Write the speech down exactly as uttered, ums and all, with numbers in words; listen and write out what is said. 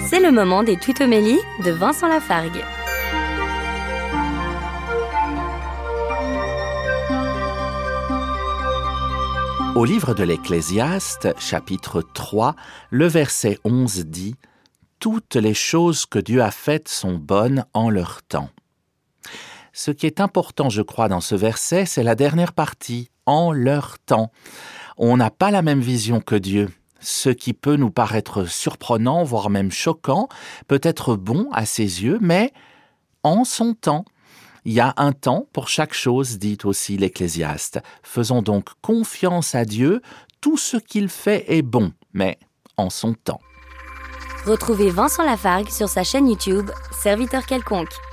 C'est le moment des tutomélies de Vincent Lafargue. Au livre de l'Ecclésiaste, chapitre trois, le verset onze dit « Toutes les choses que Dieu a faites sont bonnes en leur temps ». Ce qui est important, je crois, dans ce verset, c'est la dernière partie, « en leur temps ». On n'a pas la même vision que Dieu. Ce qui peut nous paraître surprenant, voire même choquant, peut être bon à ses yeux, mais en son temps. Il y a un temps pour chaque chose, dit aussi l'Ecclésiaste. Faisons donc confiance à Dieu, tout ce qu'il fait est bon, mais en son temps. Retrouvez Vincent Lafargue sur sa chaîne YouTube, Serviteur quelconque.